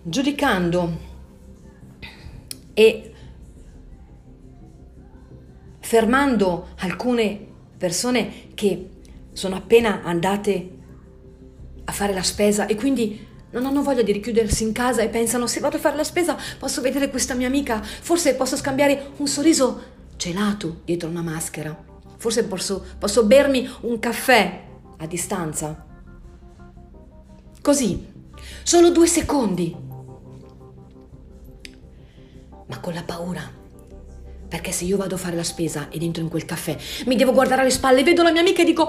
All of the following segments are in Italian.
giudicando e fermando alcune persone che sono appena andate a fare la spesa e quindi non hanno voglia di richiudersi in casa e pensano: se vado a fare la spesa posso vedere questa mia amica, forse posso scambiare un sorriso celato dietro una maschera, forse posso bermi un caffè a distanza. Così, solo 2 secondi, ma con la paura, perché se io vado a fare la spesa ed entro in quel caffè mi devo guardare alle spalle, vedo la mia amica e dico: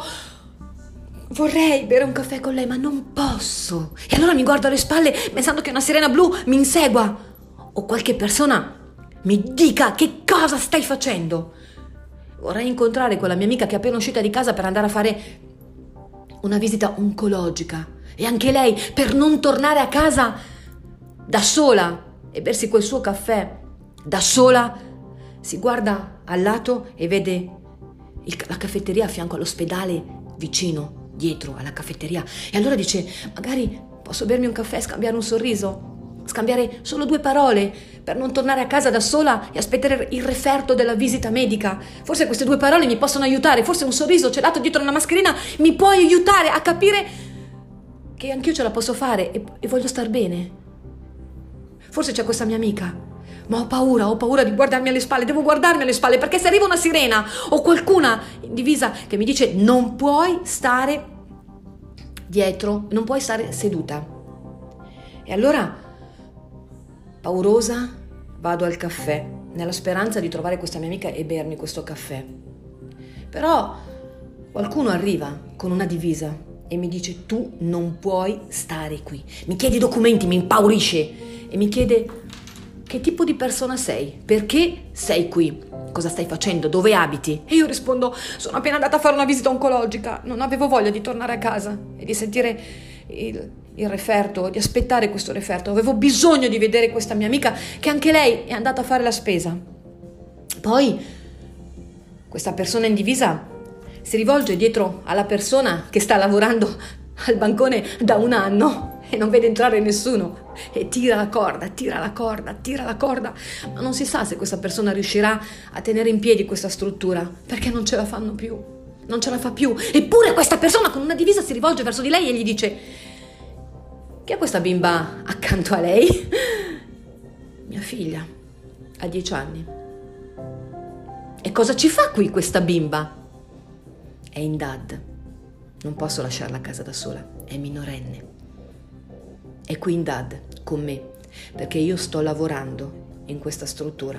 vorrei bere un caffè con lei ma non posso, e allora mi guardo alle spalle pensando che una sirena blu mi insegua o qualche persona mi dica: che cosa stai facendo? Vorrei incontrare quella mia amica che è appena uscita di casa per andare a fare una visita oncologica e anche lei, per non tornare a casa da sola e bersi quel suo caffè da sola, si guarda al lato e vede la caffetteria a fianco all'ospedale, vicino, dietro alla caffetteria, e allora dice: magari posso bermi un caffè, scambiare un sorriso, scambiare solo 2 parole per non tornare a casa da sola e aspettare il referto della visita medica. Forse queste 2 parole mi possono aiutare, forse un sorriso celato dietro una mascherina mi può aiutare a capire che anch'io ce la posso fare e voglio star bene. Forse c'è questa mia amica, ma ho paura di guardarmi alle spalle, devo guardarmi alle spalle, perché se arriva una sirena o qualcuna in divisa che mi dice: non puoi stare dietro, non puoi stare seduta. E allora, paurosa, vado al caffè, nella speranza di trovare questa mia amica e bermi questo caffè. Però qualcuno arriva con una divisa e mi dice: tu non puoi stare qui. Mi chiede i documenti, mi impaurisce e mi chiede: che tipo di persona sei? Perché sei qui? Cosa stai facendo? Dove abiti? E io rispondo: sono appena andata a fare una visita oncologica, non avevo voglia di tornare a casa e di sentire il referto, di aspettare questo referto. Avevo bisogno di vedere questa mia amica che anche lei è andata a fare la spesa. Poi questa persona in divisa si rivolge dietro alla persona che sta lavorando al bancone da 1 anno e non vede entrare nessuno e tira la corda, ma non si sa se questa persona riuscirà a tenere in piedi questa struttura, perché non ce la fa più. Eppure questa persona con una divisa si rivolge verso di lei e gli dice: chi è questa bimba accanto a lei? Mia figlia, ha 10 anni. E cosa ci fa qui questa bimba? È in DAD, non posso lasciarla a casa da sola, è minorenne. È qui in DAD con me, perché io sto lavorando in questa struttura.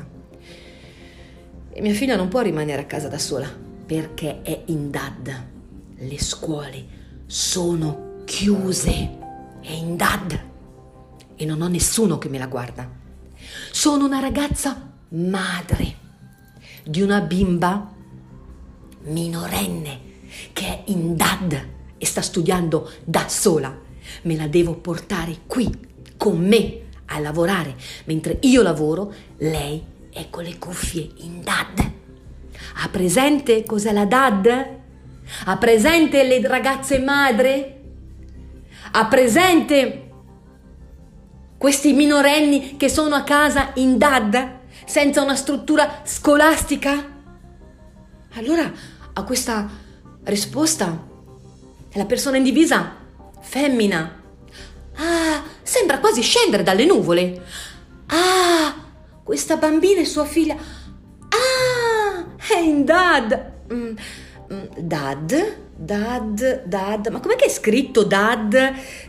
E mia figlia non può rimanere a casa da sola, perché è in DAD. Le scuole sono chiuse, è in DAD e non ho nessuno che me la guarda. Sono una ragazza madre di una bimba minorenne che è in DAD e sta studiando da sola. Me la devo portare qui con me a lavorare. Mentre io lavoro, lei è con le cuffie in DAD. Ha presente cos'è la DAD? Ha presente le ragazze madre? Ha presente questi minorenni che sono a casa in DAD senza una struttura scolastica? Allora, a questa risposta, la persona in divisa, femmina, sembra quasi scendere dalle nuvole. Questa bambina è sua figlia. È in DAD. DAD, ma com'è che è scritto DAD?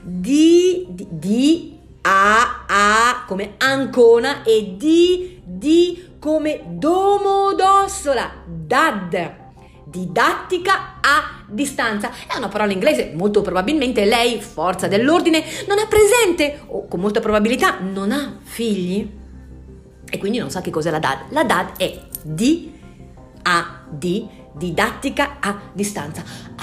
A come Ancona e D come Domodossola. DAD, didattica a distanza. È una parola inglese, molto probabilmente lei, forza dell'ordine, non è presente o con molta probabilità non ha figli e quindi non sa che cos'è la DAD. La DAD è DAD, didattica a distanza.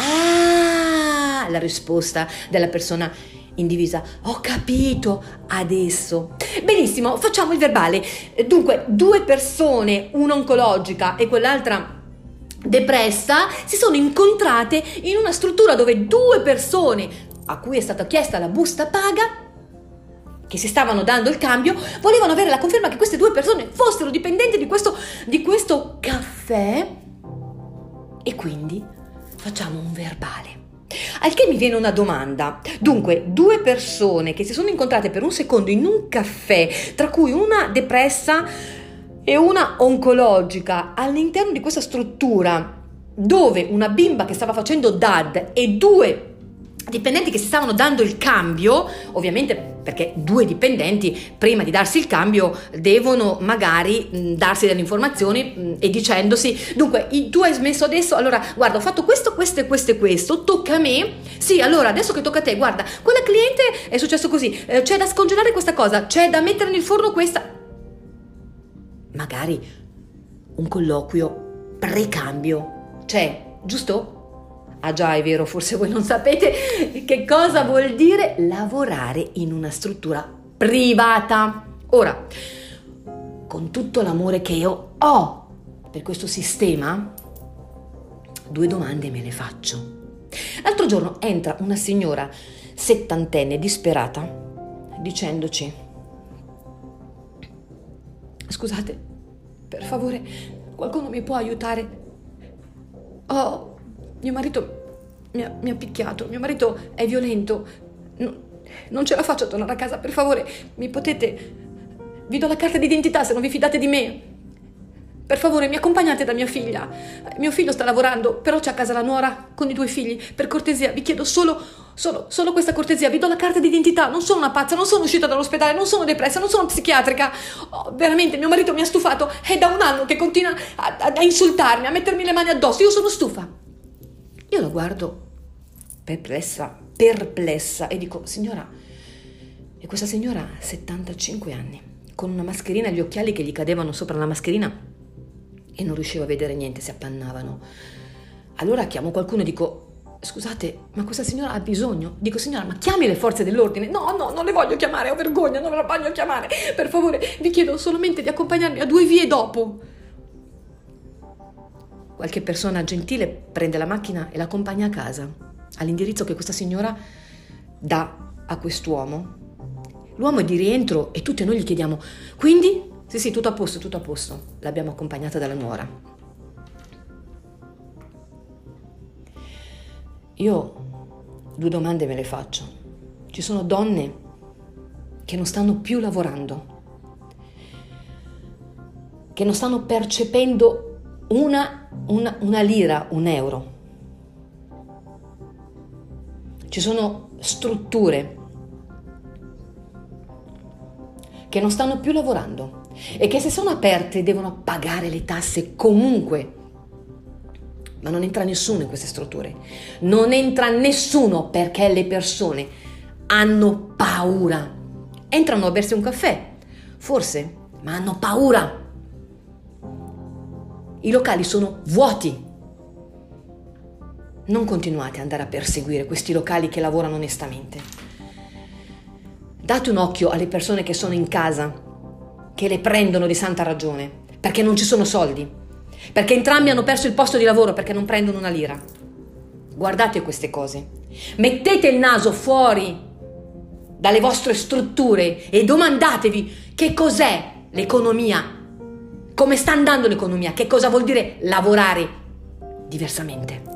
La risposta della persona in divisa. Ho capito adesso. Benissimo, facciamo il verbale. Dunque, 2 persone, una oncologica e quell'altra depressa, si sono incontrate in una struttura dove 2 persone a cui è stata chiesta la busta paga che si stavano dando il cambio volevano avere la conferma che queste due persone fossero dipendenti di questo caffè, e quindi facciamo un verbale. Al che mi viene una domanda. Dunque, due persone che si sono incontrate per un secondo in un caffè, tra cui una depressa e una oncologica, all'interno di questa struttura dove una bimba che stava facendo DAD e due dipendenti che si stavano dando il cambio, ovviamente perché due dipendenti prima di darsi il cambio devono magari darsi delle informazioni e dicendosi: dunque tu hai smesso adesso, allora guarda ho fatto questo, tocca a me, sì allora adesso che tocca a te, guarda quella cliente è successo così, c'è da scongelare questa cosa, c'è da mettere nel forno questa, magari un colloquio precambio c'è, giusto? Ah già, è vero, forse voi non sapete che cosa vuol dire lavorare in una struttura privata. Ora, con tutto l'amore che io ho per questo sistema, due domande me le faccio. L'altro giorno entra una signora settantenne disperata dicendoci: scusate, per favore, qualcuno mi può aiutare? Oh, mio marito mi ha picchiato, mio marito è violento, non ce la faccio a tornare a casa, per favore, vi do la carta d'identità se non vi fidate di me, per favore mi accompagnate da mia figlia, mio figlio sta lavorando, però c'è a casa la nuora con i due figli, per cortesia vi chiedo solo questa cortesia, vi do la carta d'identità, non sono una pazza, non sono uscita dall'ospedale, non sono depressa, non sono psichiatrica, veramente mio marito mi ha stufato, è da un anno che continua a insultarmi, a mettermi le mani addosso, io sono stufa. Io lo guardo perplessa e dico: signora, e questa signora ha 75 anni, con una mascherina e gli occhiali che gli cadevano sopra la mascherina e non riuscivo a vedere niente, si appannavano. Allora chiamo qualcuno e dico: scusate, ma questa signora ha bisogno? Dico: signora, ma chiami le forze dell'ordine. No, non le voglio chiamare, ho vergogna, non la voglio chiamare, per favore, vi chiedo solamente di accompagnarmi a 2 vie dopo. Qualche persona gentile prende la macchina e l'accompagna a casa, all'indirizzo che questa signora dà a quest'uomo. L'uomo è di rientro e tutti noi gli chiediamo: quindi? Sì, tutto a posto. L'abbiamo accompagnata dalla nuora. Io 2 domande me le faccio. Ci sono donne che non stanno più lavorando, che non stanno percependo una lira, un euro. Ci sono strutture che non stanno più lavorando e che se sono aperte devono pagare le tasse comunque, ma non entra nessuno in queste strutture, non entra nessuno perché le persone hanno paura, entrano a bersi un caffè, forse, ma hanno paura. I locali sono vuoti. Non continuate ad andare a perseguire questi locali che lavorano onestamente. Date un occhio alle persone che sono in casa, che le prendono di santa ragione, perché non ci sono soldi, perché entrambi hanno perso il posto di lavoro, perché non prendono una lira. Guardate queste cose. Mettete il naso fuori dalle vostre strutture e domandatevi che cos'è l'economia. Come sta andando l'economia? Che cosa vuol dire lavorare diversamente?